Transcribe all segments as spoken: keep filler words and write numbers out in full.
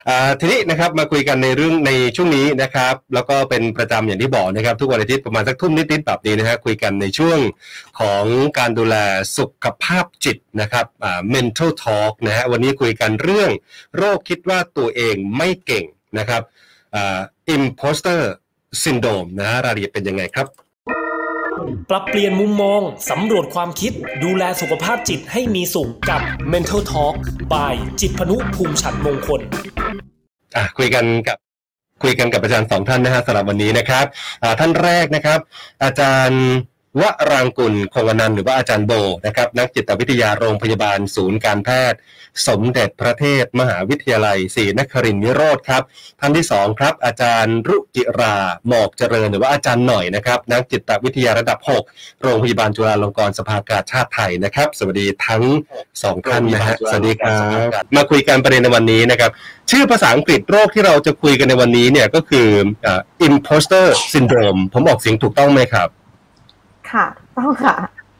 อ่าทีนี้นะครับมาคุยกันในเรื่องในช่วงนี้นะครับแล้วก็เป็นประจำอย่างที่บอกนะครับทุกวันอาทิตย์ประมาณสักทุ่มนิดๆแบบนี้นะฮะคุยกันในช่วงของการดูแลสุขภาพจิตนะครับอ่า mental talk นะฮะวันนี้คุยกันเรื่องโรคคิดว่าตัวเองไม่เก่งนะครับอ่า imposter syndrome นะฮะรายละเอียดเป็นยังไงครับปรับเปลี่ยนมุมมองสำรวจความคิดดูแลสุขภาพจิตให้มีสุขกับ Mental Talk by จิตรพนุภูมิฉัตรมงคลอ่ะคุยกันกับคุยกันกับอาจารย์สองท่านนะฮะสำหรับวันนี้นะครับอ่าท่านแรกนะครับอาจารย์วรางกุลคงอนันต์หรือว่าอาจารย์โบนะครับนักจิตวิทยาโรงพยาบาลศูนย์การแพทย์สมเด็จพระเทพมหาวิทยาลัยศรีนครินทร์วิโรธครับท่านที่สองครับอาจารย์รุจิราหมอกเจริญหรือว่าอาจารย์หน่อยนะครับนักจิตวิทยาระดับหกโรงพยาบาลจุฬาลงกรณ์สภากาชาดไทยนะครับสวัสดีทั้งสองท่านนะฮะสวัสดีครับมาคุยกันประเด็นในวันนี้นะครับชื่อภาษาอังกฤษโรคที่เราจะคุยกันในวันนี้เนี่ยก็คืออ่า imposter syndrome ผมออกเสียงถูกต้องไหมครับค่ะต้องค่ะ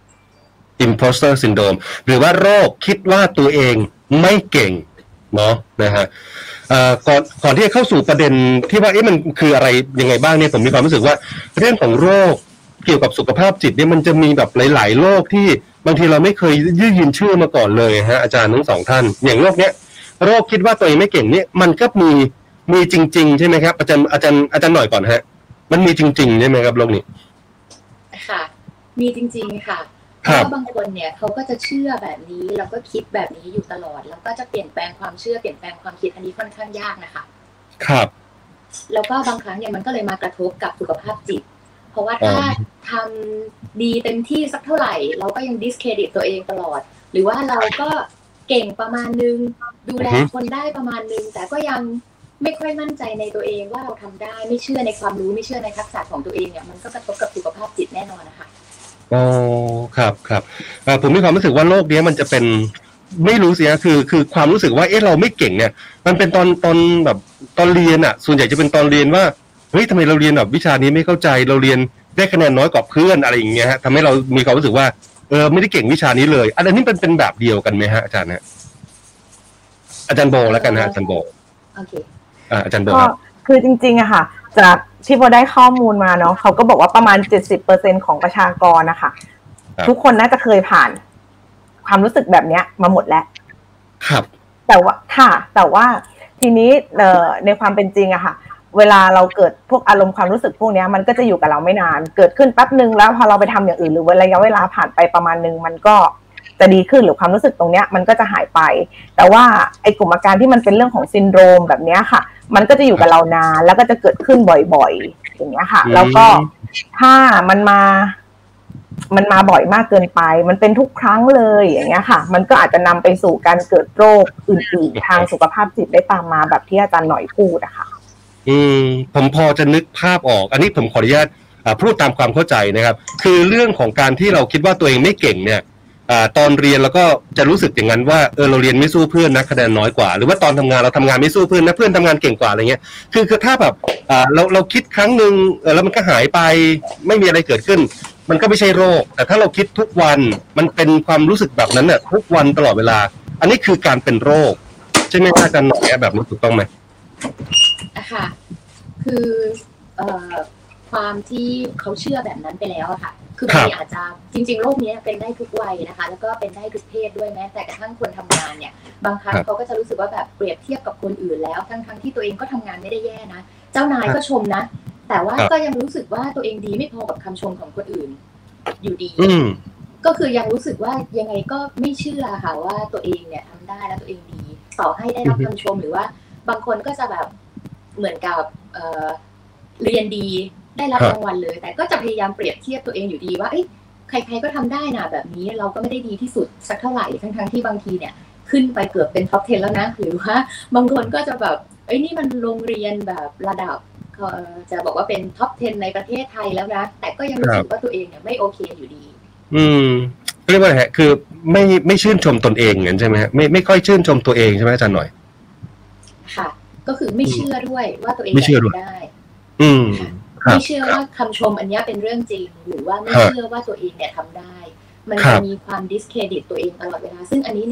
imposter syndrome หรือว่าโรคคิดว่าตัวเองไม่เก่งเนาะนะฮะเอ่อก่อนก่อนที่จะเข้าสู่ประเด็นที่ว่าเอ๊ะมันคืออะไรยังไงบ้างเนี่ยผมมีความรู้สึกว่าเรื่องของโรคเกี่ยวกับสุขภาพจิตเนี่ยมันจะมีแบบหลายๆโรคที่บางทีเราไม่เคยยื่นยินชื่อมาก่อนเลยฮะอาจารย์ทั้งสองท่านอย่างโรคเนี้ยโรคคิดว่าตัวเองไม่เก่งเนี่ยมันก็มีมีจริงๆใช่ไหมครับอาจารย์อาจารย์อาจารย์หน่อยก่อนฮะมันมีจริงๆใช่ไหมครับโรคนี้ค่ะมีจริงๆค่ะเพราะว่าบางคนเนี่ยเขาก็จะเชื่อแบบนี้แล้วก็คิดแบบนี้อยู่ตลอดแล้วก็จะเปลี่ยนแปลงความเชื่อเปลี่ยนแปลงความคิดอันนี้ค่อนข้างยากนะคะครับแล้วก็บางครั้งเนี่ยมันก็เลยมากระทบกับสุขภาพจิตเพราะว่าถ้าทำดีเต็มที่สักเท่าไหร่เราก็ยังดิสเครดิตตัวเองตลอดหรือว่าเราก็เก่งประมาณนึงดูแลคนได้ประมาณนึงแต่ก็ยังไม่ค่อยมั่นใจในตัวเองว่าเราทำได้ไม่เชื่อในความรู้ไม่เชื่อในทักษะของตัวเองเนี่ยมันก็กระทบกับสุขภาพจิตแน่นอนนะคะอ๋อครับครับผมมีความรู้สึกว่าโลกนี้มันจะเป็นไม่รู้สิฮะคือคือความรู้สึกว่าเอ๊ะเราไม่เก่งเนี่ยมันเป็นตอนตอนแบบตอนเรียนอ่ะส่วนใหญ่จะเป็นตอนเรียนว่าเฮ้ยทำไมเราเรียนแบบวิชานี้ไม่เข้าใจเราเรียนได้คะแนนน้อยกว่าเพื่อนอะไรอย่างเงี้ยฮะทำให้เรามีความรู้สึกว่าเออไม่ได้เก่งวิชานี้เลยอันนี้เป็นเป็นแบบเดียวกันไหมฮะอาจารย์ฮะอาจารย์โบแล้วกันฮะอาจารย์โบโอเคอ่าอาจารย์โบก็คือจริงๆอะค่ะจากที่โบได้ข้อมูลมาเนาะเขาก็บอกว่าประมาณ เจ็ดสิบเปอร์เซ็นต์ ของประชากรนะคะทุกคนน่าจะเคยผ่านความรู้สึกแบบเนี้ยมาหมดแล้วครับแต่ว่าค่ะแต่ว่าทีนี้เอ่อในความเป็นจริงอะค่ะเวลาเราเกิดพวกอารมณ์ความรู้สึกพวกนี้มันก็จะอยู่กับเราไม่นานเกิดขึ้นแป๊บนึงแล้วพอเราไปทำอย่างอื่นหรือระยะเวลาผ่านไปประมาณนึงมันก็จะดีขึ้นหรือความรู้สึกตรงเนี้ยมันก็จะหายไปแต่ว่าไอ้กลุ่มอาการที่มันเป็นเรื่องของซินโดรมแบบเนี้ยค่ะมันก็จะอยู่กับเรานานแล้วก็จะเกิดขึ้นบ่อยๆอย่างเงี้ยค่ะแล้วก็ถ้ามันมามันมาบ่อยมากเกินไปมันเป็นทุกครั้งเลยอย่างเงี้ยค่ะมันก็อาจจะนำไปสู่การเกิดโรคอื่นๆทางสุขภาพจิตได้ตามมาแบบที่อาจารย์หน่อยพูดอะค่ะอืมผมพอจะนึกภาพออกอันนี้ผมขออนุญาตพูดตามความเข้าใจนะครับคือเรื่องของการที่เราคิดว่าตัวเองไม่เก่งเนี่ยตอนเรียนเราก็จะรู้สึกอย่างนั้นว่าเออเราเรียนไม่สู้เพื่อนนะคะแนนน้อยกว่าหรือว่าตอนทำงานเราทำงานไม่สู้เพื่อนนะเพื่อนทำงานเก่งกว่าอะไรเงี้ยคือคือถ้าแบบเราเราคิดครั้งนึงแล้วมันก็หายไปไม่มีอะไรเกิดขึ้นมันก็ไม่ใช่โรคแต่ถ้าเราคิดทุกวันมันเป็นความรู้สึกแบบนั้นเนี่ยทุกวันตลอดเวลาอันนี้คือการเป็นโรคใช่ไหมอาจารย์หน่อยแบบนี้ถูกต้องไหมค่ะคือเอ่อความที่เขาเชื่อแบบนั้นไปแล้วอะค่ะคือบางทีอาจจะจริงๆโรคนี้เป็นได้ทุกวัยนะคะแล้วก็เป็นได้ทุกเพศด้วยแม้แต่กระทั่งคนทำงานเนี่ยบางครั้งเขาก็จะรู้สึกว่าแบบเปรียบเทียบกับคนอื่นแล้วทั้งๆที่ตัวเองก็ทำงานไม่ได้แย่นะเจ้านายก็ชมนะแต่ว่าก็ยังรู้สึกว่าตัวเองดีไม่พอกับคำชมของคนอื่นอยู่ดีก็คือยังรู้สึกว่ายังไงก็ไม่เชื่อค่ะว่าตัวเองเนี่ยทำได้แล้วตัวเองดีต่อให้ได้รับคำชมหรือว่าบางคนก็จะแบบเหมือนกับเอ่อเรียนดีได้รับรางวัลเลยแต่ก็จะพยายามเปรียบเทียบตัวเองอยู่ดีว่าเอ้ยใครๆก็ทำได้นะแบบนี้เราก็ไม่ได้ดีที่สุดสักเท่าไหร่ทั้งๆที่บางทีเนี่ยขึ้นไปเกือบเป็นท็อปสิบแล้วนะหรือว่าบางคนก็จะแบบเอ้ยนี่มันโรงเรียนแบบระดับจะบอกว่าเป็นท็อปสิบในประเทศไทยแล้วนะแต่ก็ยังรู้สึกว่าตัวเองเนี่ยไม่โอเคอยู่ดีอืมเรียกว่าไงคือไม่ไม่ชื่นชมตนเองงั้นใช่ไหมฮะไม่ไม่ค่อยชื่นชมตัวเองใช่ไหมอาจารย์หน่อยค่ะก็คือไม่เชื่อด้วยว่าตัวเองทำได้อืมไม่เชื่อว่าคำชมอันนี้เป็นเรื่องจริงหรือว่าไม่เชื่อว่าตัวเองเนี่ยทำได้มันจะมีความดิสเครดิตตัวเองตลอดเวลาซึ่งอันนี้เนี่ยถ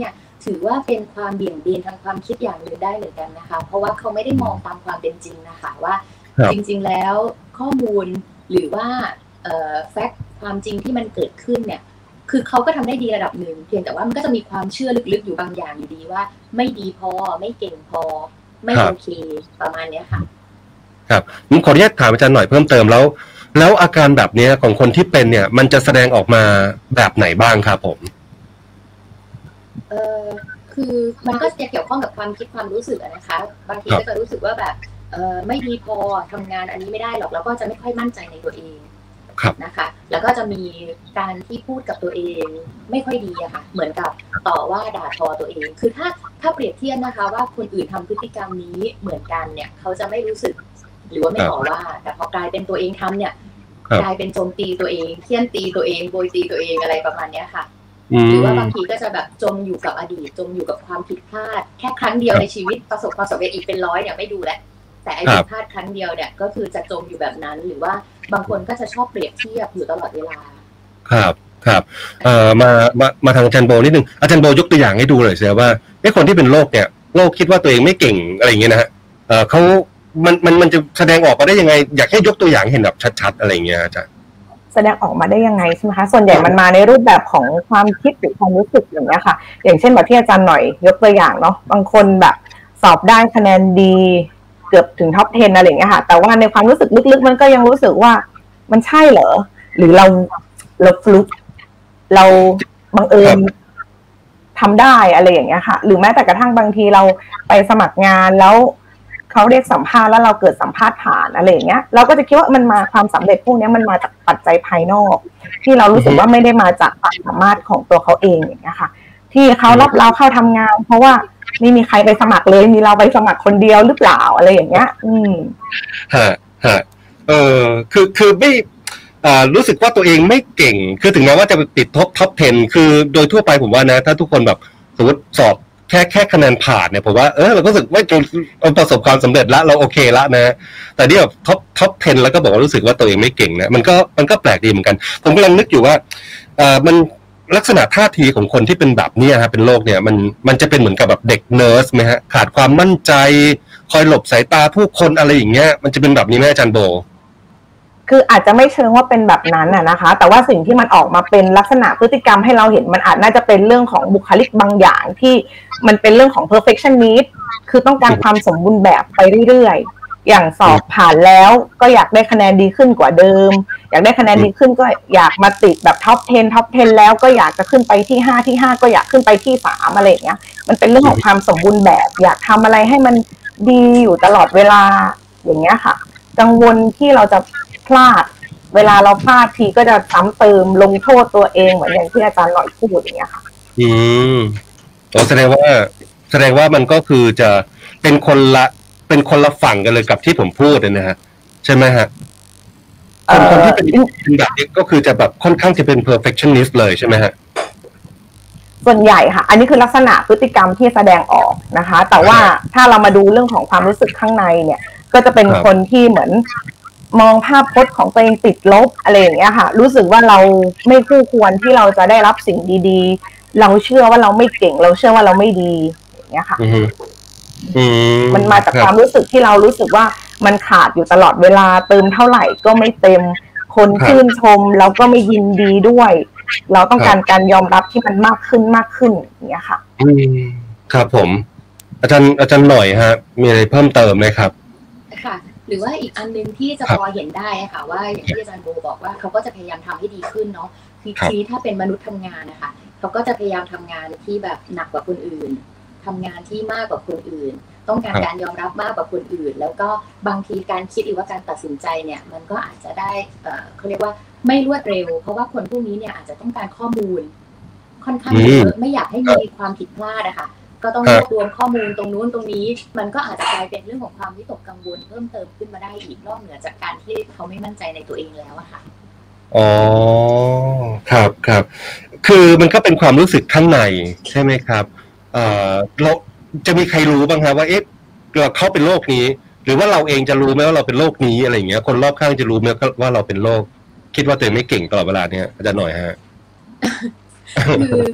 ถือว่าเป็นความเบี่ยงเบนทางความคิดอย่างหนึ่งได้เหมือนกันนะคะเพราะว่าเขาไม่ได้มองตามความเป็นจริงนะคะว่าจริงๆแล้วข้อมูลหรือว่าเอ่อแฟกต์ความจริงที่มันเกิดขึ้นเนี่ยคือเขาก็ทำได้ดีระดับหนึ่งเพียงแต่ว่ามันก็จะมีความเชื่อลึกๆอยู่บางอย่างอยู่ดีว่าไม่ดีพอไม่เก่งพอไม่โอเคประมาณนี้ค่ะครับผมขออนุญาตถามอาจารย์หน่อยเพิ่มเติมแล้วแล้วอาการแบบนี้ของคนที่เป็นเนี่ยมันจะแสดงออกมาแบบไหนบ้างครับผมเออคือมันก็จะเกี่ยวข้องกับความคิดความรู้สึกนะคะบางทีก็จะรู้สึกว่าแบบเออไม่ดีพอทำงานอันนี้ไม่ได้หรอกแล้วก็จะไม่ค่อยมั่นใจในตัวเองนะคะแล้วก็จะมีการที่พูดกับตัวเองไม่ค่อยดีอะค่ะเหมือนกับต่อว่าด่าทอตัวเองคือถ้าถ้าเปรียบเทียบนะคะว่าคนอื่นทำพฤติกรรมนี้เหมือนกันเนี่ยเขาจะไม่รู้สึกหรือว่าไม่ต่อว่าแต่พอกลายเป็นตัวเองทำเนี่ยกลายเป็นโจมตีตัวเองเคี่ยนตีตัวเองโบยตีตัวเองอะไรประมาณนี้ค่ะหรือว่าบางทีก็จะแบบจมอยู่กับอดีตจมอยู่กับความผิดพลาดแค่ครั้งเดียวในชีวิตประสบความสำเร็จอีกเป็นร้อยเนี่ยไม่ดูแลแต่ไอ้ผิดพลาดครั้งเดียวเนี่ยก็คือจะจมอยู่แบบนั้นหรือว่าบางคนก็จะชอบเปรียบเทียบอยู่ตลอดเวลาครับครับเอ่อมามามาทางอาจารย์โบนิดนึงอาจารย์โบยกตัวอย่างให้ดูหน่อยสิว่าไอ้คนที่เป็นโรคเนี่ยโรคคิดว่าตัวเองไม่เก่งอะไรอย่างเงี้ยนะฮะเอ่อเขามันมันมันจะแสดงออกมาได้ยังไงอยากให้ยกตัวอย่างเห็นแบบชัดๆอะไรอย่างเงี้ยอาจารย์แสดงออกมาได้ยังไงใช่ไหมคะส่วนใหญ่มันมาในรูปแบบของความคิดหรือความรู้สึกอย่างเงี้ยค่ะอย่างเช่นแบบที่อาจารย์หน่อยยกตัวอย่างเนาะบางคนแบบสอบได้คะแนนดีเกือบถึงท็อปสิบอะไรอย่างเงี้ยค่ะแต่ว่าในความรู้สึกลึกๆมันก็ยังรู้สึกว่ามันใช่เหรอหรือเราเราฟลุกเราบังเอิญทำได้อะไรอย่างเงี้ยค่ะหรือแม้แต่กระทั่งบางทีเราไปสมัครงานแล้วเขาเรียกสัมภาษณ์แล้วเราเกิดสัมภาษณ์ผ่านอะไรอย่างเงี้ยเราก็จะคิดว่ามันมาความสำเร็จพวกนี้มันมาจากปัจจัยภายนอกที่เรารู้สึกว่าไม่ได้มาจากความสามารถของตัวเขาเองอย่างเงี้ยค่ะที่เขารับเราเข้าทำงานเพราะว่าไม่มีใครไปสมัครเลยมีเราไปสมัครคนเดียวหรือเปล่าอะไรอย่างเงี้ยอืมฮะฮะเออคือคือไม่อ่ารู้สึกว่าตัวเองไม่เก่งคือถึงแม้ว่าจะติดท็อปท็อปสิบคือโดยทั่วไปผมว่านะถ้าทุกคนแบบสมมติสอบแค่แค่คะแนนผ่านเนี่ยผมว่าเออเราก็รู้สึกว่าเราประสบความสำเร็จแล้วเราโอเคแล้วนะแต่นี่แบบท็อปท็อปสิบแล้วก็บอกว่ารู้สึกว่าตัวเองไม่เก่งนะมันก็มันก็แปลกดีเหมือนกันผมกำลังนึกอยู่ว่าอ่ามันลักษณะท่าทีของคนที่เป็นแบบนี้ฮะเป็นโรคเนี่ยมันมันจะเป็นเหมือนกับแบบเด็กเนิร์สไหมฮะขาดความมั่นใจคอยหลบสายตาผู้คนอะไรอย่างเงี้ยมันจะเป็นแบบนี้ไหมอาจารย์โบคืออาจจะไม่เชิงว่าเป็นแบบนั้นน่ะนะคะแต่ว่าสิ่งที่มันออกมาเป็นลักษณะพฤติกรรมให้เราเห็นมันอาจน่าจะเป็นเรื่องของบุคลิกบางอย่างที่มันเป็นเรื่องของ perfectionist คือต้องการความสมบูรณ์แบบไปเรื่อยๆอย่างสอบผ่านแล้วก็อยากได้คะแนนดีขึ้นกว่าเดิมอยากได้คะแนนดีขึ้นก็อยากมาติดแบบท็อปสิบท็อปสิบแล้วก็อยากจะขึ้นไปที่ห้าที่ห้าก็อยากขึ้นไปที่สามอะไรอย่างเงี้ยมันเป็นเรื่องของความสมบูรณ์แบบอยากทำอะไรให้มันดีอยู่ตลอดเวลาอย่างเงี้ยค่ะกังวลที่เราจะพลาดเวลาเราพลาดทีก็จะซ้ำเติมลงโทษตัวเองเหมือนอย่างที่อาจารย์หน่อยพูดอย่างเงี้ยค่ะอืมอ๋อแสดงว่าแสดงว่ามันก็คือจะเป็นคนละเป็นคนละฝั่งกันเลยกับที่ผมพูดนะฮะใช่ไหมฮะคนคนที่เป็นแบบนี้ก็คือจะแบบค่อนข้างจะเป็น perfectionist เลยใช่ไหมฮะส่วนใหญ่ค่ะอันนี้คือลักษณะพฤติกรรมที่แสดงออกนะคะแต่ว่าถ้าเรามาดูเรื่องของความรู้สึกข้างในเนี่ยก็จะเป็นคนที่เหมือนมองภาพพจน์ของตัวเองติดลบอะไรอย่างเงี้ยค่ะรู้สึกว่าเราไม่คู่ควรที่เราจะได้รับสิ่งดีๆเราเชื่อว่าเราไม่เก่งเราเชื่อว่าเราไม่ดีอย่างเงี้ยค่ะมันมาจากความรู้สึกที่เรารู้สึกว่ามันขาดอยู่ตลอดเวลาเติมเท่าไหร่ก็ไม่เต็มคนชื่นชมเราก็ไม่ยินดีด้วยเราต้องการการยอมรับที่มันมากขึ้นมากขึ้นอย่างเงี้ยค่ะอืมครับผมอาจารย์อาจารย์หน่อยฮะมีอะไรเพิ่มเติมไหมครับค่ะหรือว่าอีกอันนึงที่จะพอเห็นได้ค่ะว่าอย่างที่อาจารย์โบบอกว่าเขาก็จะพยายามทำให้ดีขึ้นเนาะคือทีถ้าเป็นมนุษย์ทำงานนะคะเขาก็จะพยายามทำงานที่แบบหนักกว่าคนอื่นทำงานที่มากกว่าคนอื่นต้องการการยอมรับมากกว่าคนอื่นแล้วก็บางทีการคิดหรือว่าการตัดสินใจเนี่ยมันก็อาจจะได้เอ่อเขาเรียกว่าไม่รวดเร็วเพราะว่าคนพวกนี้เนี่ยอาจจะต้องการข้อมูลค่อนข้างเยอะไม่อยากให้มีความผิดพลาดนะคะก็ต้องรวบรวมข้อมูลตรงนู้นตรงนี้มันก็อาจจะกลายเป็นเรื่องของความวิตกกังวลเพิ่มเติมขึ้นมาได้อีกนอกเหนือจากการที่เขาไม่มั่นใจในตัวเองแล้วอะค่ะอ๋อครับครับคือมันก็เป็นความรู้สึกข้างในใช่ไหมครับเอ่อเราจะมีใครรู้บ้างครับว่าเอ๊ะเขาเป็นโรคนี้หรือว่าเราเองจะรู้ไหมว่าเราเป็นโรคนี้อะไรอย่างเงี้ยคนรอบข้างจะรู้ไหมว่าเราเป็นโรคคิดว่าตัวเองไม่เก่งตลอดเวลาเนี้ยอาจารย์หน่อยฮะคือ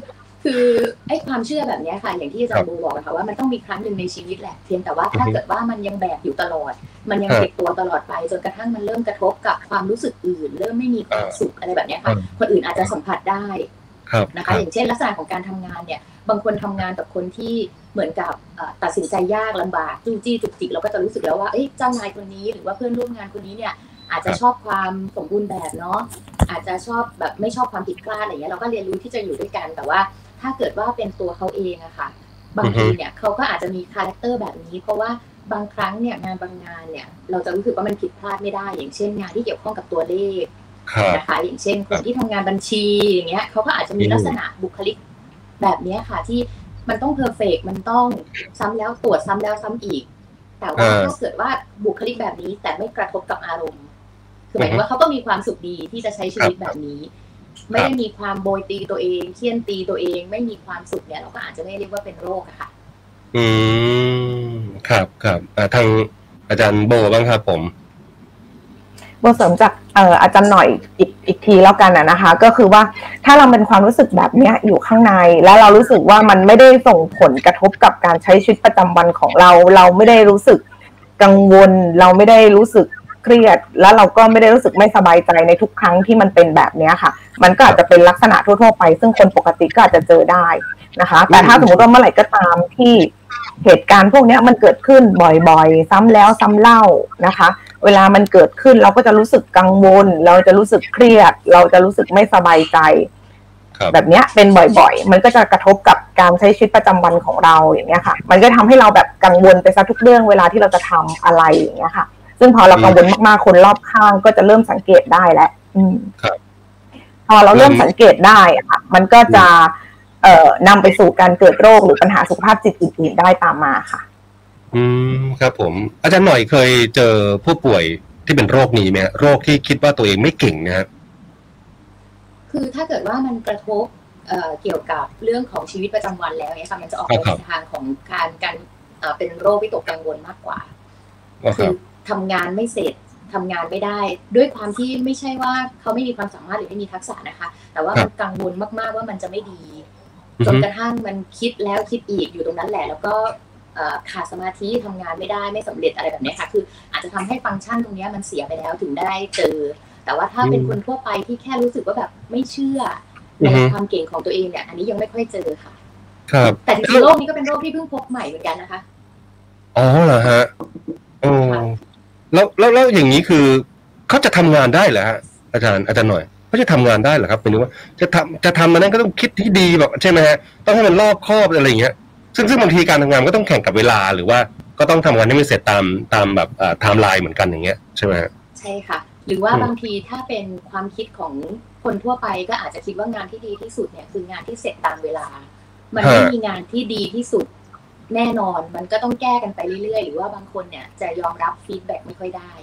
คือไอ้ความเชื่อแบบนี้ค่ะอย่างที่อาจารย์โบบอกนะคะว่ามันต้องมีครั้งหนึ่งในชีวิตแหละเพียงแต่ว่าถ้าเกิดว่ามันยังแบกอยู่ตลอดมันยังติดตัวตลอดไปจนกระทั่งมันเริ่มกระทบกับความรู้สึกอื่นเริ่มไม่มีความสุขอะไรแบบนี้ค่ะคนอื่นอาจจะสัมผัสได้นะคะอย่างเช่นลักษณะของการทำงานเนี่ยบางคนทำงานกับคนที่เหมือนกับตัดสินใจยากลำบากจู้จี้จุกจิกเราก็จะรู้สึกแล้วว่าเจ้านายคนนี้หรือว่าเพื่อนร่วมงานคนนี้เนี่ยอาจจะชอบความสมบูรณ์แบบเนาะอาจจะชอบแบบไม่ชอบความผิดพลาดอะไรเงี้ยเราก็เรียนรู้ที่จะอยู่ด้วยกันแต่ว่าถ้าเกิดว่าเป็นตัวเขาเองอะค่ะบางทีเนี่ยเขาก็อาจจะมีคาแรคเตอร์แบบนี้เพราะว่าบางครั้งเนี่ยงานบางงานเนี่ยเราจะรู้สึกว่ามันผิดพลาดไม่ได้อย่างเช่นงานที่เกี่ยวข้องกับตัวเลขนะคะอย่างเช่นคนที่ทำงานบัญชีอย่างเงี้ยเขาก็อาจจะมีลักษณะบุคลิกแบบนี้ค่ะที่มันต้องเพอร์เฟกต์มันต้องซ้ำแล้วตรวจซ้ำแล้วซ้ำอีกแต่ว่าถ้าเกิดว่าบุคลิกแบบนี้แต่ไม่กระทบกับอารมณ์คือหมายถึงว่าเขาก็มีความสุขดีที่จะใช้ชีวิตแบบนี้ไม่ได้มีความโบยตีตัวเองเคี่ยนตีตัวเองไม่มีความสุขเนี่ยเราก็อาจจะไม่เรียกว่าเป็นโรคอะค่ะอืมครับครับทางอาจารย์โบบ้างครับผมโบเสริมจากเอ่ออาจารย์หน่อยอีกอีกทีแล้วกันนะนะคะก็คือว่าถ้าเราเป็นความรู้สึกแบบเนี้ยอยู่ข้างในแล้วเรารู้สึกว่ามันไม่ได้ส่งผลกระทบกับการใช้ชีวิตประจำวันของเราเราไม่ได้รู้สึกกังวลเราไม่ได้รู้สึกเครียดแล้วเราก็ไม่ได้รู้สึกไม่สบายใจในทุกครั้งที่มันเป็นแบบนี้ค่ะมันก็อาจจะเป็นลักษณะทั่วๆไปซึ่งคนปกติก็อาจจะเจอได้นะคะแต่ถ้าสมมติว่าเมื่อไหร่ก็ตามที่เหตุการณ์พวกนี้มันเกิดขึ้นบ่อยๆซ้ำแล้วซ้ำเล่านะคะเวลามันเกิดขึ้นเราก็จะรู้สึกกังวลเราจะรู้สึกเครียดเราจะรู้สึกไม่สบายใจแบบนี้เป็นบ่อยๆมันก็จะกระทบกับการใช้ชีวิตประจำวันของเราอย่างเงี้ยค่ะมันก็ทำให้เราแบบกังวลไปซะทุกเรื่องเวลาที่เราจะทำอะไรอย่างเงี้ยค่ะซึ่งพอเรากังวลมากๆคนรอบข้างก็จะเริ่มสังเกตได้แล้วพอเราเริ่มสังเกตได้ค่ะมันก็จะเอ่อนำไปสู่การเกิดโรคหรือปัญหาสุขภาพจิตอื่นๆได้ตามมาค่ะอืมครับผมอาจารย์หน่อยเคยเจอผู้ป่วยที่เป็นโรคนี้ไหมโรคที่คิดว่าตัวเองไม่เก่งนะครับคือถ้าเกิดว่ามันกระทบเอ่อเกี่ยวกับเรื่องของชีวิตประจำวันแล้วเนี่ยค่ะมันจะออกไปในทางของการการเอ่อเป็นโรควิตกกังวลมากกว่าคือทำงานไม่เสร็จทำงานไม่ได้ด้วยความที่ไม่ใช่ว่าเขาไม่มีความสามารถหรือไม่มีทักษะนะคะแต่ว่ามันกังวลมากๆว่ามันจะไม่ดีจนกระทั่งมันคิดแล้วคิดอีกอยู่ตรงนั้นแหละแล้วก็ขาดสมาธิทำงานไม่ได้ไม่สำเร็จอะไรแบบนี้ค่ะคืออาจจะทำให้ฟังก์ชันตรงนี้มันเสียไปแล้วถึงได้เจอแต่ว่าถ้าเป็นคนทั่วไปที่แค่รู้สึกว่าแบบไม่เชื่อในความเก่งของตัวเองเนี่ยอันนี้ยังไม่ค่อยเจอค่ะครับแต่จริงๆโรคนี้ก็เป็นโรคที่เพิ่งพบใหม่เหมือนกันนะคะอ๋อเหรอฮะโอ้แล้วแล้วแล้วอย่างนี้คือเขาจะทำงานได้เหรอฮะอาจารย์อาจารย์หน่อยเขาจะทำงานได้เหรอครับเป็นว่าจะทำจะทำมันนั้นก็ต้องคิดที่ดีแบบใช่ไหมฮะต้องให้มันรอบคอบอะไรอย่างเงี้ยซึ่งซึ่งบางทีการทำงานก็ต้องแข่งกับเวลาหรือว่าก็ต้องทำงานให้มันเสร็จตามตามแบบไทม์ไลน์เหมือนกันอย่างเงี้ยใช่ไหมใช่ค่ะหรือว่าบางทีถ้าเป็นความคิดของคนทั่วไปก็อาจจะคิดว่างานที่ดีที่สุดเนี่ยคืองานที่เสร็จตามเวลามันไม่มีงานที่ดีที่สุดแน่นอนมันก็ต้องแก้กันไปเรื่อยๆหรือว่าบางคนเนี่ยจะยอมรับฟีดแบ็กไม่ค่อยได้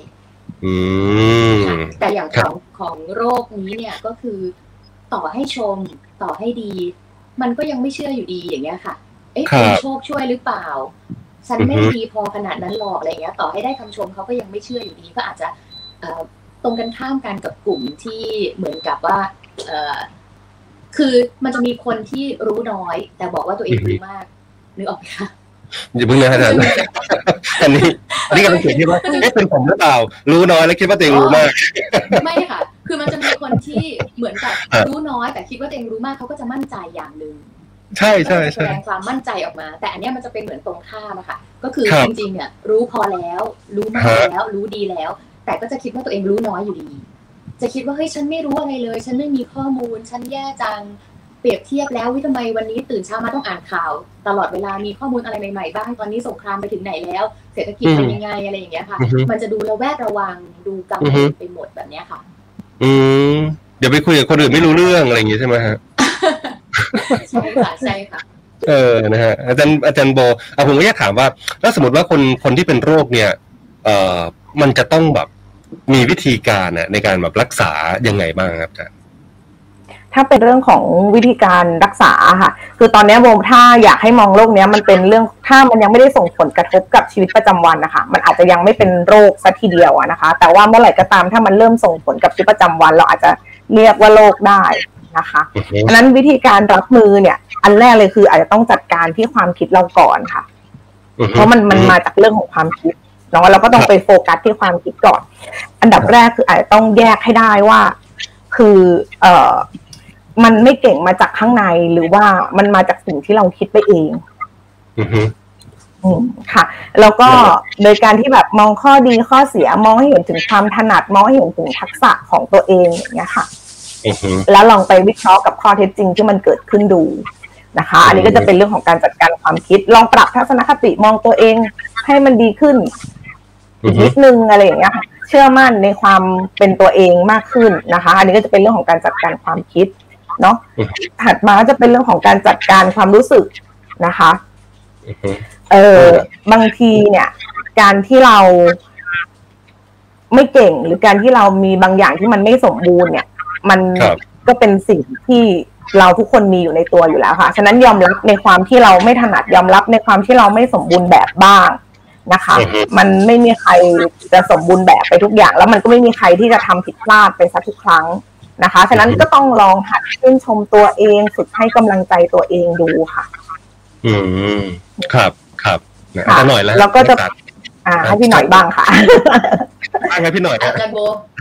แต่อย่างของของโรคนี้เนี่ยก็คือต่อให้ชมต่อให้ดีมันก็ยังไม่เชื่ออยู่ดีอย่างเงี้ยค่ะเอ๊ะคุณโชคช่วยหรือเปล่าฉันไม่ดีพอขนาดนั้นหรอกอะไรเงี้ยต่อให้ได้คำชมเขาก็ยังไม่เชื่ออยู่ดีก็อาจจะตรงกันข้ามกันกับกลุ่มที่เหมือนกับว่าคือมันจะมีคนที่รู้น้อยแต่บอกว่าตัวเองรู้มากนึกออกไหมคะอย่าเพิ่งนะอาจารย์อันนี้อันนี้กำลังเขียนที่ว่าเอ๊ะเป็นผมหรือเปล่ารู้น้อยแล้วคิดว่าตัวเองรู้มากไม่ค่ะคือมันจะมีคนที่เหมือนกับรู้น้อยแต่คิดว่าตัวเองรู้มากเขาก็จะมั่นใจอย่างนึงใช่ใช่แสดงความมั่นใจออกมาแต่อันนี้มันจะเป็นเหมือนตรงข้ามอะค่ะก็คือจริงๆเนี่ยรู้พอแล้วรู้มากแล้วรู้ดีแล้วแต่ก็จะคิดว่าตัวเองรู้น้อยอยู่ดีจะคิดว่าเฮ้ยฉันไม่รู้อะไรเลยฉันไม่มีข้อมูลฉันแย่จังเปรียบเทียบแล้ววิทำไมวันนี้ตื่นเช้ามาต้องอ่านข่าวตลอดเวลามีข้อมูลอะไรใหม่ๆบ้างตอนนี้สงครามไปถึงไหนแล้วเศรษฐกิจเป็นยังไงอะไรอย่างเงี้ยค่ะมันจะดูระแวดระวังดูกังวลไปหมดแบบเนี้ยค่ะอืมเดี๋ยวไปคุยกับคนอื่นไม่รู้เรื่องอะไรอย่างงี้ใช่ไหมฮะใช่ค่ะใช่ค่ะเออนะฮะอาจารย์อาจารย์โบอ่ะผมก็อยากถามว่าแล้วสมมติว่าคนคนที่เป็นโรคเนี่ยเอ่อมันจะต้องแบบมีวิธีการน่ะในการแบบรักษายังไงบ้างครับอาจารย์ถ้าเป็นเรื่องของวิธีการรักษาค่ะคือตอนนี้โบถ้าอยากให้มองโรคนี้มันเป็นเรื่องถ้ามันยังไม่ได้ส่งผลกระทบกับชีวิตประจำวันนะคะมันอาจจะยังไม่เป็นโรคซะทีเดียวนะคะแต่ว่าเมื่อไหร่ก็ตามถ้ามันเริ่มส่งผลกับชีวิตประจำวันเราอาจจะเรียกว่าโรคได้นะคะดังนั้นวิธีการรับมือเนี่ยอันแรกเลยคืออาจจะต้องจัดการที่ความคิดเราก่อนค่ะเพราะมันมันมาจากเรื่องของความคิดเนาะเราก็ต้องไปโฟกัสที่ความคิดก่อนอันดับแรกคืออาจจะต้องแยกให้ได้ว่าคือเอ่อมันไม่เก่งมาจากข้างในหรือว่ามันมาจากสิ่งที่เราคิดไปเองอือฮึอืมค่ะแล้วก็โดยการที่แบบมองข้อดีข้อเสียมองให้เห็นถึงความถนัดมองให้เห็นถึงทักษะของตัวเองอย่างเงี้ยค่ะอือฮึแล้วลองไปวิเคราะห์กับข้อเท็จจริงที่มันเกิดขึ้นดูนะคะอันนี้ก็จะเป็นเรื่องของการจัดการความคิดลองปรับทัศนคติมองตัวเองให้มันดีขึ้นอีกนิดนึงอะไรอย่างเงี้ยค่ะเชื่อมั่นในความเป็นตัวเองมากขึ้นนะคะอันนี้ก็จะเป็นเรื่องของการจัดการความคิดเนาะถัดมาจะเป็นเรื่องของการจัดการความรู้สึกนะคะเออบางทีเนี่ยการที่เราไม่เก่งหรือการที่เรามีบางอย่างที่มันไม่สมบูรณ์เนี่ยมันก็เป็นสิ่งที่เราทุกคนมีอยู่ในตัวอยู่แล้วค่ะฉะนั้นยอมรับในความที่เราไม่ถนัดยอมรับในความที่เราไม่สมบูรณ์แบบบ้างนะคะมันไม่มีใครจะสมบูรณ์แบบไปทุกอย่างแล้วมันก็ไม่มีใครที่จะทำผิดพลาดไปซะทุกครั้งนะคะฉะนั้นก็ต้องลองหัดชื่นชมตัวเองฝึกให้กำลังใจตัวเองดูค่ะอืมครับครับอาจารย์หน่อยแล้วแล้วก็จะอ่าให้พี่หน่อยบ้างค่ะบ้างให้พี่หน่อยอาจารย์โบ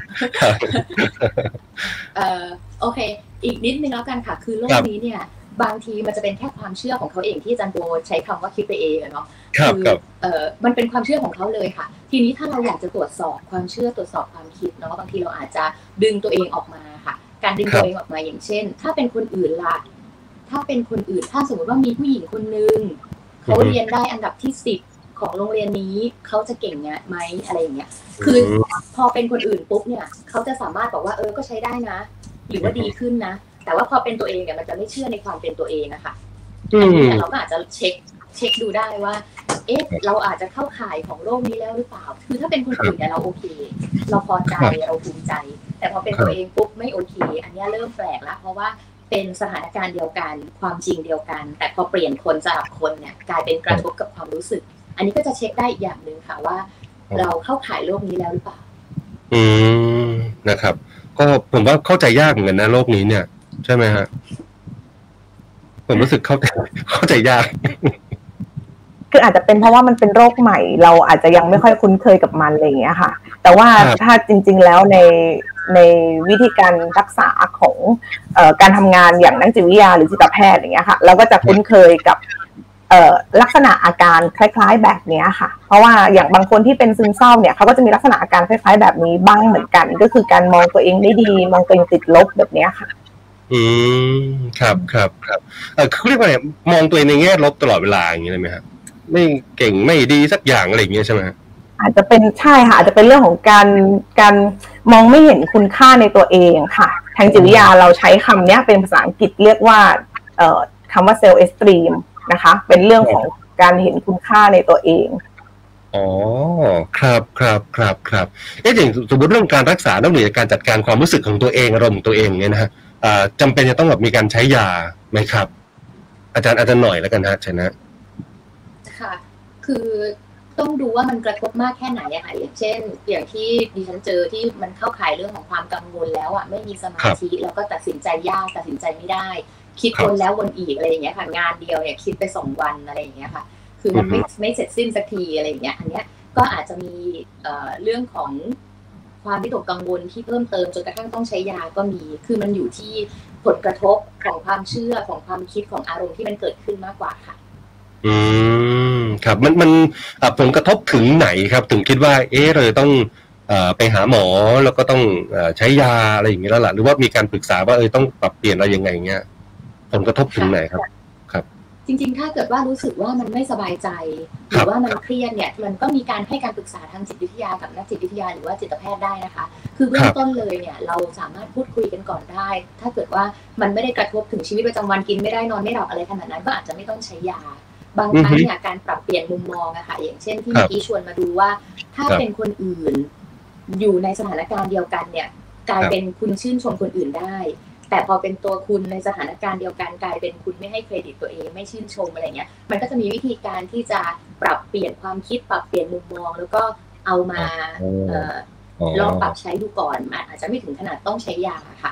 เอ่อโอเคอีกนิดนึงแล้วกันค่ะคือโลกนี้เนี่ยบางทีมันจะเป็นแค่ความเชื่อของเขาเองที่อาจารย์โบใช้คำว่าคิดไปเองเนาะคือเอ่อมันเป็นความเชื่อของเขาเลยค่ะทีนี้ถ้าเราอยากจะตรวจสอบความเชื่อตรวจสอบความคิดเนาะบางทีเราอาจจะดึงตัวเองออกมาค่ะการดึงตัวเองออกมาอย่างเช่นถ้าเป็นคนอื่นล่ะถ้าเป็นคนอื่นถ้าสมมติว่ามีผู้หญิงคนนึงเขาเรียนได้อันดับที่สิบของโรงเรียนนี้เขาจะเก่งเนี้ยไหมอะไรอย่างเงี้ยคือพอเป็นคนอื่นปุ๊บเนี่ยเขาจะสามารถบอกว่าเออก็ใช้ได้นะหรือว่าดีขึ้นนะแต่ว่าพอเป็นตัวเองเนี่ยมันจะไม่เชื่อในความเป็นตัวเองนะคะอันนี้เราก็อาจจะเช็คเช็คดูได้ว่าเอ๊ะเราอาจจะเข้าข่ายของโรคนี้แล้วหรือเปล่าคือถ้าเป็นคนอื่นเนี่ยเราโอเคเราพอใจเราภูมิใจแต่พอเป็นตัวเองปุ๊บไม่โอเคอันนี้เริ่มแปลกแล้วเพราะว่าเป็นสถานการณ์เดียวกันความจริงเดียวกันแต่พอเปลี่ยนคนสลับคนเนี่ยกลายเป็นกระทบกับความรู้สึกอันนี้ก็จะเช็คได้อีกอย่างนึงค่ะว่าเราเข้าข่ายโรคนี้แล้วหรือเปล่าอืมนะครับก็ผมว่าเข้าใจยากเหมือนกันนะโรคนี้เนี่ยใช่ไหมฮะผมรู้สึกเข้าใจเข้าใจยากคืออาจจะเป็นเพราะว่ามันเป็นโรคใหม่เราอาจจะยังไม่ค่อยคุ้นเคยกับมันอะไรอย่างเงี้ยค่ะแต่ว่าถ้าจริงๆแล้วในในวิธีการรักษาของเอ่อการทำงานอย่างนักจิตวิทยาหรือจิตแพทย์อย่างเงี้ยค่ะเราก็จะคุ้นเคยกับเอ่อลักษณะอาการคล้ายๆแบบนี้ค่ะเพราะว่าอย่างบางคนที่เป็นซึมเศร้าเนี่ยเขาก็จะมีลักษณะอาการคล้ายๆแบบนี้บ้างเหมือนกันก็คือการมองตัวเองไม่ดีมองตัวเองติดลบแบบนี้ค่ะอืมครับครับครับเออเขาเรียกว่าไงมองตัวเองในแง่ลบตลอดเวลาอย่างนี้เลยไหมครับไม่เก่งไม่ดีสักอย่างอะไรอย่างเงี้ยใช่ไหมอาจจะเป็นใช่ค่ะอาจจะเป็นเรื่องของการการมองไม่เห็นคุณค่าในตัวเองค่ะทางจิตวิทยาเราใช้คำนี้เป็นภาษาอังกฤษเรียกว่าเอ่อคำว่า self esteem นะคะเป็นเรื่องของการเห็นคุณค่าในตัวเองอ๋อครับครับครับครับเอ๊ะอย่างสมมติเรื่องการรักษานอกเหนือจากการจัดการความรู้สึกของตัวเองอารมณ์ของตัวเองเนี่ยนะฮะอ่าจำเป็นจะต้องแบบมีการใช้ยาไหมครับอาจารย์อาจารย์หน่อยแล้วกันฮะชนะค่ะคือต้องดูว่ามันกระทบมากแค่ไหนอะค่ะอย่างเช่นอย่างที่ดิฉันเจอที่มันเข้าข่ายเรื่องของความกังวลแล้วอะไม่มีสมาธิแล้วก็ตัดสินใจยากตัดสินใจไม่ได้คิดวนแล้ววนอีกอะไรอย่างเงี้ยค่ะงานเดียวเนี่ยคิดไปสองวันอะไรอย่างเงี้ยค่ะคือมันไม่ไม่เสร็จสิ้นสักทีอะไรอย่างเงี้ยอันเนี้ยก็อาจจะมีเอ่อเรื่องของความวิตกกังวลที่เพิ่มเติมจนกระทั่งต้องใช้ยาก็มีคือมันอยู่ที่ผลกระทบของความเชื่อของความคิดของอารมณ์ที่มันเกิดขึ้นมากกว่าค่ะอืมครับมันมันผลกระทบถึงไหนครับถึงคิดว่าเอ๊ะเราต้องเอ่อไปหาหมอแล้วก็ต้องเอ่อใช้ยาอะไรอย่างเงี้ยแล้วล่ะหรือว่ามีการปรึกษาว่าเออต้องปรับเปลี่ยนอะไรยังไงเงี้ยผลกระทบถึงไหนครับครับจริงๆถ้าเกิดว่ารู้สึกว่ามันไม่สบายใจหรือว่ามันเครียดเนี่ยมันก็มีการให้การปรึกษาทางจิตวิทยากับนักจิตวิทยาหรือว่าจิตแพทย์ได้นะคะคือเบื้องต้นเลยเนี่ยเราสามารถพูดคุยกันก่อนได้ถ้าเกิดว่ามันไม่ได้กระทบถึงชีวิตประจำวันกินไม่ได้นอนไม่หลับอะไรขนาดนั้นก็อาจจะไม่ต้องใช้ยาบางครั้งเนี่ยการปรับเปลี่ยนมุมมองอะค่ะอย่างเช่นที่เมื่อกี้ชวนมาดูว่าถ้าเป็นคนอื่นอยู่ในสถานการณ์เดียวกันเนี่ยกลายเป็นคุณชื่นชมคนอื่นได้แต่พอเป็นตัวคุณในสถานการณ์เดียวกันกลายเป็นคุณไม่ให้เครดิตตัวเองไม่ชื่นชมอะไรเงี้ยมันก็จะมีวิธีการที่จะปรับเปลี่ยนความคิดปรับเปลี่ยนมุมมองแล้วก็เอามาเอ่อลองปรับใช้ดูก่อนอาจจะไม่ถึงขนาดต้องใช้ยาค่ะอ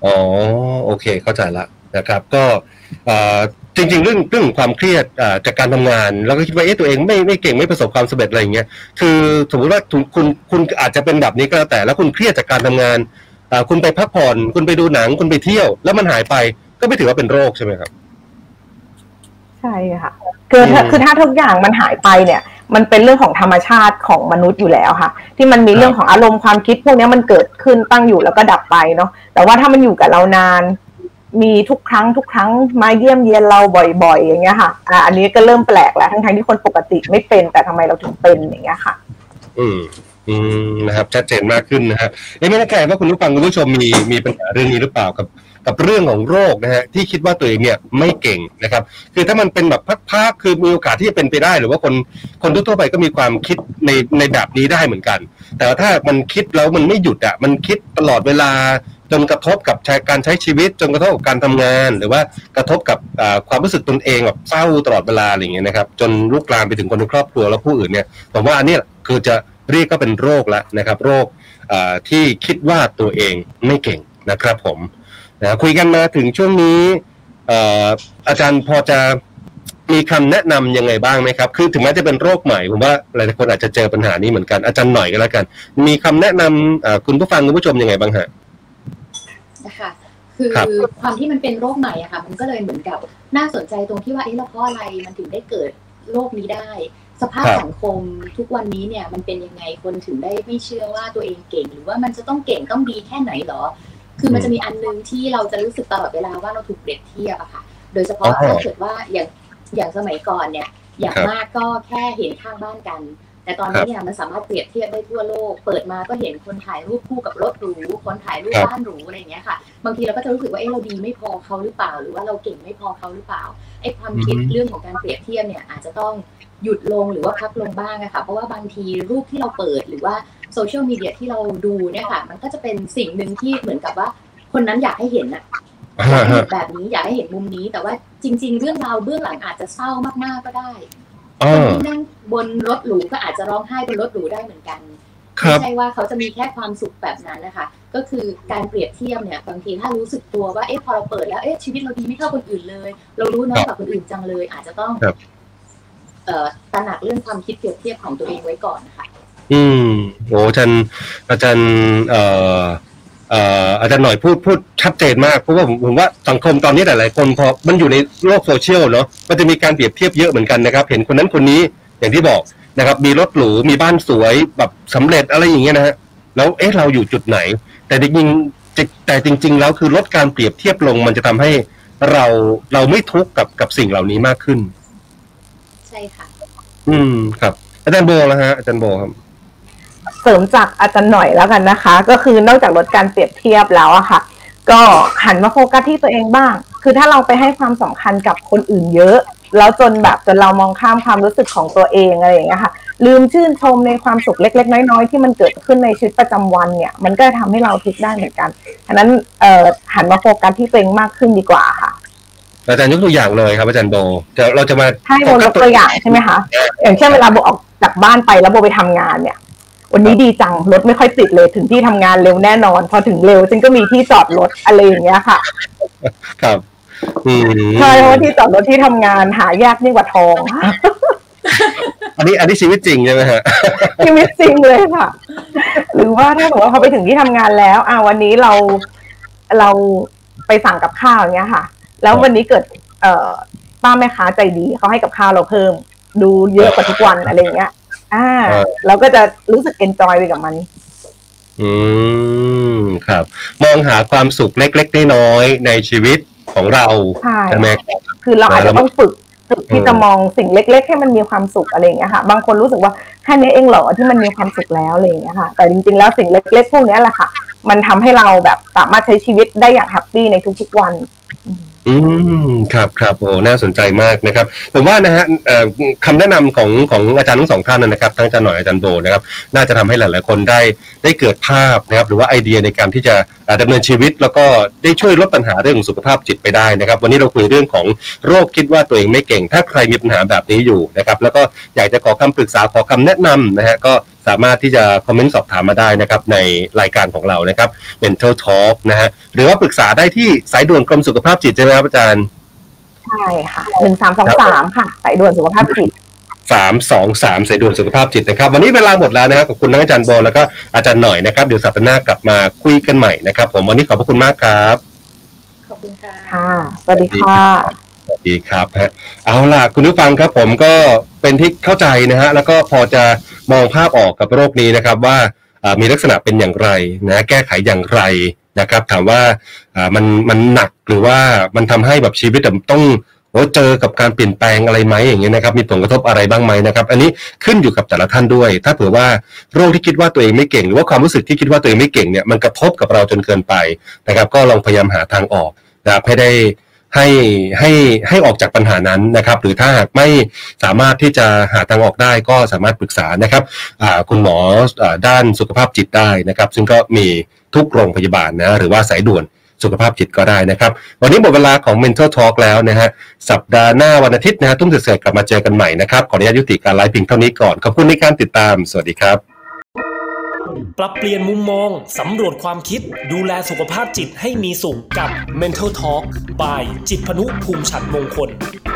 อ๋อโอเคเข้าใจละนะครับก็จริงๆเรื่องเรื่องความเครียดจากการทำงานแล้วก็คิดว่าเอ๊ะตัวเองไม่ไม่เก่งไม่ประสบความสำเร็จอะไรอย่างเงี้ยคือสมมติว่าคุณคุณอาจจะเป็นแบบนี้ก็แล้วแต่แล้วคุณเครียดจากการทำงานคุณไปพักผ่อนคุณไปดูหนังคุณไปเที่ยวแล้วมันหายไปก็ไม่ถือว่าเป็นโรคใช่ไหมครับใช่ค่ะคือคือถ้าทุกอย่างมันหายไปเนี่ยมันเป็นเรื่องของธรรมชาติของมนุษย์อยู่แล้วค่ะที่มันมีเรื่องของอารมณ์ความคิดพวกนี้มันเกิดขึ้นตั้งอยู่แล้วก็ดับไปเนาะแต่ว่าถ้ามันอยู่กับเรานานมีทุกครั้งทุกครั้งมาเยี่ยมเยียนเราบ่อยๆอย่างเงี้ยค่ะอ่าอันนี้ก็เริ่มแปลกแล้วทั้งๆที่คนปกติไม่เป็นแต่ทำไมเราถึงเป็นอย่างเงี้ยค่ะอืมอืมนะครับชัดเจนมากขึ้นนะฮะไม่แน่ใจว่าคุณผู้ฟังคุณผู้ชมมีมีปัญหาเรื่องนี้หรือเปล่ากับกับเรื่องของโรคนะฮะที่คิดว่าตัวเองเนี่ยไม่เก่งนะครับคือถ้ามันเป็นแบบพักๆคือมีโอกาสที่จะเป็นไปได้หรือว่าคนคนทั่วๆไปก็มีความคิดในในแบบนี้ได้เหมือนกันแต่ถ้ามันคิดแล้วมันไม่หยุดอ่ะมันคิดตลอดเวลาจนกระทบกับการใช้ชีวิตจนกระทบกับการทำงานหรือว่ากระทบกับความรู้สึกตนเองแบบเศร้าตลอดเวลาอะไรอย่างเงี้ยนะครับจนลุกลามไปถึงคนในครอบครัวและผู้อื่นเนี่ยผมว่าอันนี้คือจะเรียกก็เป็นโรคแล้วนะครับโรคที่คิดว่าตัวเองไม่เก่งนะครับผมนะคุยกันมาถึงช่วงนี้อาจารย์พอจะมีคำแนะนำยังไงบ้างไหมครับคือถึงแม้จะเป็นโรคใหม่ผมว่าหลายคนอาจจะเจอปัญหานี้เหมือนกันอาจารย์หน่อยก็แล้วกันมีคำแนะนำคุณผู้ฟังคุณผู้ชมยังไงบ้างฮะนะคะคือความที่มันเป็นโรคใหม่อะค่ะมันก็เลยเหมือนกับน่าสนใจตรงที่ว่าเอ๊ะแล้วเพราะอะไรมันถึงได้เกิดโรคนี้ได้สภาพสังคมทุกวันนี้เนี่ยมันเป็นยังไงคนถึงได้ไม่เชื่อว่าตัวเองเก่งหรือว่ามันจะต้องเก่งต้องดีแค่ไหนหรอคือมันจะมีอันนึงที่เราจะรู้สึกตลอดเวลาว่าเราถูกเปรียบเทียบอะค่ะโดยเฉพาะถ้าเกิดว่าอย่างอย่างสมัยก่อนเนี่ยอย่างมากก็แค่เห็นข้างบ้านกันแต่ตอนนี้เนี่ยมันสามารถเปรียบเทียบได้ทั่วโลกเปิดมาก็เห็นคนถ่ายรูปคู่กับรถหรูคนถ่ายรูปบ้านหรูอะไรอย่างเงี้ยค่ะบางทีเราก็จะรู้สึกว่าเอ๊ะเราดีไม่พอเขาหรือเปล่าหรือว่าเราเก่งไม่พอเขาหรือเปล่าไอ้ความคิดเรื่องของการเปรียบเทียบเนี่ยอาจจะต้องหยุดลงหรือว่าพักลงบ้างอะค่ะเพราะว่าบางทีรูปที่เราเปิดหรือว่าโซเชียลมีเดียที่เราดูเนี่ยค่ะมันก็จะเป็นสิ่งหนึ่งที่เหมือนกับว่าคนนั้นอยากให้เห็นอะอยากให้เห็นแบบนี้อยากให้เห็นมุมนี้แต่ว่าจริงๆเรื่องราวเบื้องหลังอาจจะเศร้ามากๆก็ได้คนที่นั่งบนรถหรูก็อาจจะร้องไห้บนรถหรูได้เหมือนกันไม่ใช่ว่าเขาจะมีแค่ความสุขแบบนั้นนะคะก็คือการเปรียบเทียบเนี่ยบางทีถ้ารู้สึกตัวว่าเอ๊ะพอเราเปิดแล้วเอ๊ะชีวิตเราดีไม่เท่าคนอื่นเลยเรารู้น้อยกว่าคนอื่นจังเลยอาจจะต้องเอ่อตระหนักเรื่องความคิดเปรียบเทียบของตัวเองไว้ก่อนนะคะอืมโอ้อาจารย์อาจารย์เอ่อเอ่ออาจารย์หน่อยพูดพูดชัดเจนมากเพราะว่าผมผมว่าสังคมตอนนี้หลายๆคนพอมันอยู่ในโลกโซเชียลเนาะมันจะมีการเปรียบเทียบเยอะเหมือนกันนะครับเห็นคนนั้นคนนี้อย่างที่บอกนะครับมีรถหรูมีบ้านสวยแบบสำเร็จอะไรอย่างเงี้ยนะฮะแล้วเอ๊ะเราอยู่จุดไหนแต่จริงๆแต่จริงๆแล้วคือลดการเปรียบเทียบลงมันจะทำให้เราเราไม่ทุกข์กับกับสิ่งเหล่านี้มากขึ้นใช่ค่ะอืมครับอาจารย์โบแล้วฮะอาจารย์โบครับเสริมจากอาจารย์หน่อยแล้วกันนะคะก็คือนอกจากลดการเปรียบเทียบแล้วอะค่ะก็หันมาโฟกัสที่ตัวเองบ้างคือถ้าเราไปให้ความสำคัญกับคนอื่นเยอะแล้วจนแบบจนเรามองข้ามความรู้สึกของตัวเองอะไรอย่างเงี้ยค่ะลืมชื่นชมในความสุขเล็กๆน้อยๆที่มันเกิดขึ้นในชีวิตประจำวันเนี่ยมันก็ทำให้เราทุกข์ได้เหมือนกันฉะนั้นเอ่อหันมาโฟกัสที่ตัวเองมากขึ้นดีกว่าค่ะอาจารย์ยกตัวอย่างเลยครับอาจารย์โบจะเราจะมาให้โบยกตัวอย่างใช่ไหมคะอย่างเช่นเวลาโบออกจากบ้านไปแล้วโบไปทำงานเนี่ยวันนี้ดีจังรถไม่ค่อยติดเลยถึงที่ทำงานเร็วแน่นอนพอถึงเร็วฉันก็มีที่จอดรถอะไรอย่างเงี้ยค่ะครับใช่เพราะว่าที่จอดรถที่ทำงานหายากยิ่งกว่าทองอันนี้อันนี้ชีวิตจริงใช่ไหมฮะชีวิตจริงเลยค่ะหรือว่าถ้าสมมติว่าเขาไปถึงที่ทำงานแล้วอ่าวันนี้เราเราไปสั่งกับข้าวอย่างเงี้ยค่ะแล้ววันนี้เกิดเอ่อป้าแม่ค้าใจดีเขาให้กับข้าวเราเพิ่มดูเยอะกว่าทุกวันอะไรอย่างเงี้ยอ่าเราก็จะรู้สึกเอนจอยไปกับมันอืมครับมองหาความสุขเล็กๆน้อยๆในชีวิตของเราใช่ไหมคือเราอาจจะต้องฝึกฝึกที่จะมองสิ่งเล็กๆให้มันมีความสุขอะไรอย่างเงี้ยค่ะบางคนรู้สึกว่าแค่นี้เองเหรอที่มันมีความสุขแล้วอะไรอย่างเงี้ยค่ะแต่จริงๆแล้วสิ่งเล็กๆพวกนี้แหละค่ะมันทำให้เราแบบสามารถใช้ชีวิตได้อย่างแฮปปี้ในทุกๆวันอืมครับครับโอ้น่าสนใจมากนะครับผมว่านะฮะคำแนะนำของของอาจารย์ทั้งสองท่านนะครับทั้งอาจารย์หน่อยอาจารย์โบนะครับน่าจะทำให้หลายๆคนได้ได้เกิดภาพนะครับหรือว่าไอเดียในการที่จะดำเนินชีวิตแล้วก็ได้ช่วยลดปัญหาเรื่องสุขภาพจิตไปได้นะครับวันนี้เราคุยเรื่องของโรคคิดว่าตัวเองไม่เก่งถ้าใครมีปัญหาแบบนี้อยู่นะครับแล้วก็อยากจะขอคำปรึกษาขอคำแนะนำนะฮะก็สามารถที่จะคอมเมนต์สอบถามมาได้นะครับในรายการของเรานะครับ Mental Talk นะฮะหรือว่าปรึกษาได้ที่สายด่วนกรมสุขภาพจิตใช่ไหมครับอาจารย์ใช่ค่ะหนึ่งสามสองสามค่ะสายด่วนสุขภาพจิตสามสองสามสายด่วนสุขภาพจิตนะครับวันนี้เวลาหมดแล้วนะครับขอบคุณทั้งอาจารย์โบแล้วก็อาจารย์หน่อยนะครับเดี๋ยวสัปดาห์หน้ากลับมาคุยกันใหม่นะครับผมวันนี้ขอบพระคุณมากครับขอบคุณค่ะค่ะสวัสดีค่ะสวัสดีครับฮะเอาล่ะคุณผู้ฟังครับผมก็เป็นที่เข้าใจนะฮะแล้วก็พอจะมองภาพออกกับโรคนี้นะครับว่ามีลักษณะเป็นอย่างไรนะแก้ไขอย่างไรนะครับถามว่ามันมันหนักหรือว่ามันทำให้แบบชีวิตต้องโอ้เจอกับการเปลี่ยนแปลงอะไรไหมอย่างเงี้ยนะครับมีผลกระทบอะไรบ้างไหมนะครับอันนี้ขึ้นอยู่กับแต่ละท่านด้วยถ้าเผื่อว่าโรคที่คิดว่าตัวเองไม่เก่งหรือว่าความรู้สึกที่คิดว่าตัวเองไม่เก่งเนี่ยมันกระทบกับเราจนเกินไปนะครับก็ลองพยายามหาทางออกนะครับให้ได้ให้ให้ให้ออกจากปัญหานั้นนะครับหรือถ้าหากไม่สามารถที่จะหาทางออกได้ก็สามารถปรึกษานะครับคุณหมอด้านสุขภาพจิตได้นะครับซึ่งก็มีทุกโรงพยาบาลนะหรือว่าสายด่วนสุขภาพจิตก็ได้นะครับวันนี้หมดเวลาของ Mental Talk แล้วนะฮะสัปดาห์หน้าวันอาทิตย์นะฮะทุ่มเศษกลับมาเจอกันใหม่นะครับขออนุญาตยุติการไลฟ์เพียงเท่านี้ก่อนขอบคุณในการติดตามสวัสดีครับปรับเปลี่ยนมุมมองสำรวจความคิดดูแลสุขภาพจิตให้มีสุขกับ Mental Talk by จิตรพนุภูมิฉันท์มงคล